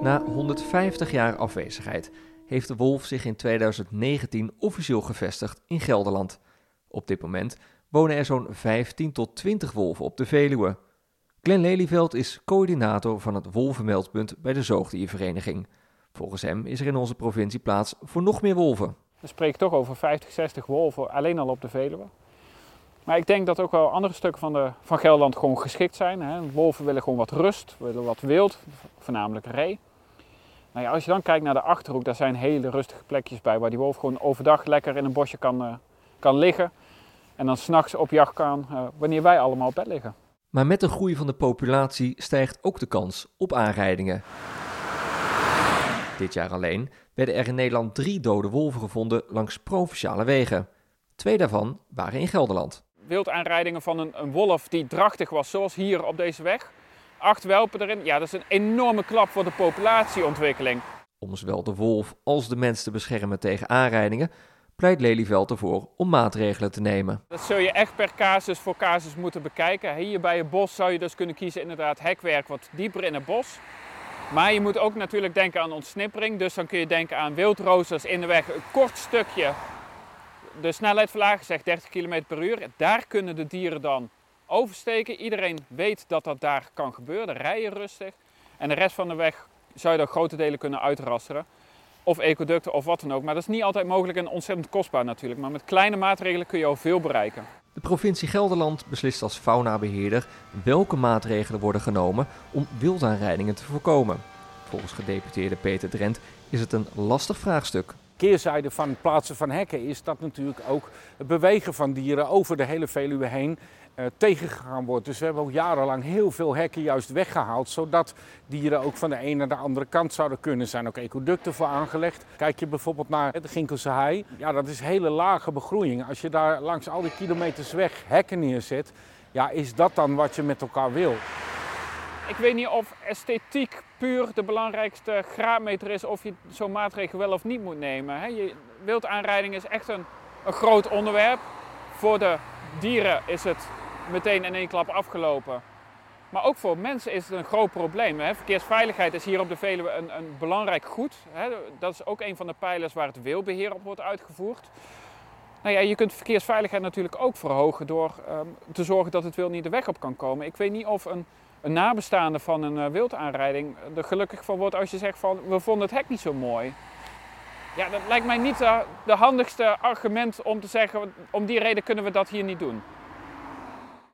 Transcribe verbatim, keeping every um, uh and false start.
Na honderdvijftig jaar afwezigheid heeft de wolf zich in tweeduizend negentien officieel gevestigd in Gelderland. Op dit moment wonen er zo'n vijftien tot twintig wolven op de Veluwe. Glenn Lelyveld is coördinator van het Wolvenmeldpunt bij de Zoogdiervereniging. Volgens hem is er in onze provincie plaats voor nog meer wolven. We spreken toch over vijftig, zestig wolven alleen al op de Veluwe. Maar ik denk dat ook wel andere stukken van, de, van Gelderland gewoon geschikt zijn. Hè. Wolven willen gewoon wat rust, willen wat wild, voornamelijk ree. Nou ja, als je dan kijkt naar de Achterhoek, daar zijn hele rustige plekjes bij waar die wolf gewoon overdag lekker in een bosje kan, uh, kan liggen. En dan 's nachts op jacht kan, uh, wanneer wij allemaal op bed liggen. Maar met de groei van de populatie stijgt ook de kans op aanrijdingen. Dit jaar alleen werden er in Nederland drie dode wolven gevonden langs provinciale wegen. Twee daarvan waren in Gelderland. Wildaanrijdingen van een, een wolf die drachtig was, zoals hier op deze weg. Acht welpen erin. Ja, dat is een enorme klap voor de populatieontwikkeling. Om zowel de wolf als de mens te beschermen tegen aanrijdingen pleit Lelyveld ervoor om maatregelen te nemen. Dat zul je echt per casus voor casus moeten bekijken. Hier bij het bos zou je dus kunnen kiezen inderdaad hekwerk wat dieper in het bos. Maar je moet ook natuurlijk denken aan ontsnippering. Dus dan kun je denken aan wildroosters in de weg, een kort stukje. De snelheid verlagen, zeg dertig kilometer per uur. Daar kunnen de dieren dan oversteken. Iedereen weet dat dat daar kan gebeuren. Rijden rustig. En de rest van de weg zou je dan grote delen kunnen uitrasseren. Of ecoducten of wat dan ook. Maar dat is niet altijd mogelijk en ontzettend kostbaar natuurlijk. Maar met kleine maatregelen kun je al veel bereiken. De provincie Gelderland beslist als faunabeheerder welke maatregelen worden genomen om wildaanrijdingen te voorkomen. Volgens gedeputeerde Peter Drent is het een lastig vraagstuk. Keerzijde van het plaatsen van hekken is dat natuurlijk ook het bewegen van dieren over de hele Veluwe heen uh, tegengegaan wordt. Dus we hebben ook jarenlang heel veel hekken juist weggehaald, zodat dieren ook van de ene naar de andere kant zouden kunnen. Er zijn ook ecoducten voor aangelegd. Kijk je bijvoorbeeld naar de Ginkelse hei, ja, dat is hele lage begroeiing. Als je daar langs al die kilometers weg hekken neerzet, ja, is dat dan wat je met elkaar wil? Ik weet niet of esthetiek puur de belangrijkste graadmeter is of je zo'n maatregel wel of niet moet nemen. Je, wildaanrijding is echt een, een groot onderwerp. Voor de dieren is het meteen in één klap afgelopen. Maar ook voor mensen is het een groot probleem. Verkeersveiligheid is hier op de Veluwe een, een belangrijk goed. Dat is ook een van de pijlers waar het wilbeheer op wordt uitgevoerd. Nou ja, je kunt verkeersveiligheid natuurlijk ook verhogen door um, te zorgen dat het wild niet de weg op kan komen. Ik weet niet of een Een nabestaande van een uh, wildaanrijding er gelukkig van wordt als je zegt van we vonden het hek niet zo mooi. Ja, dat lijkt mij niet uh, de handigste argument om te zeggen om die reden kunnen we dat hier niet doen.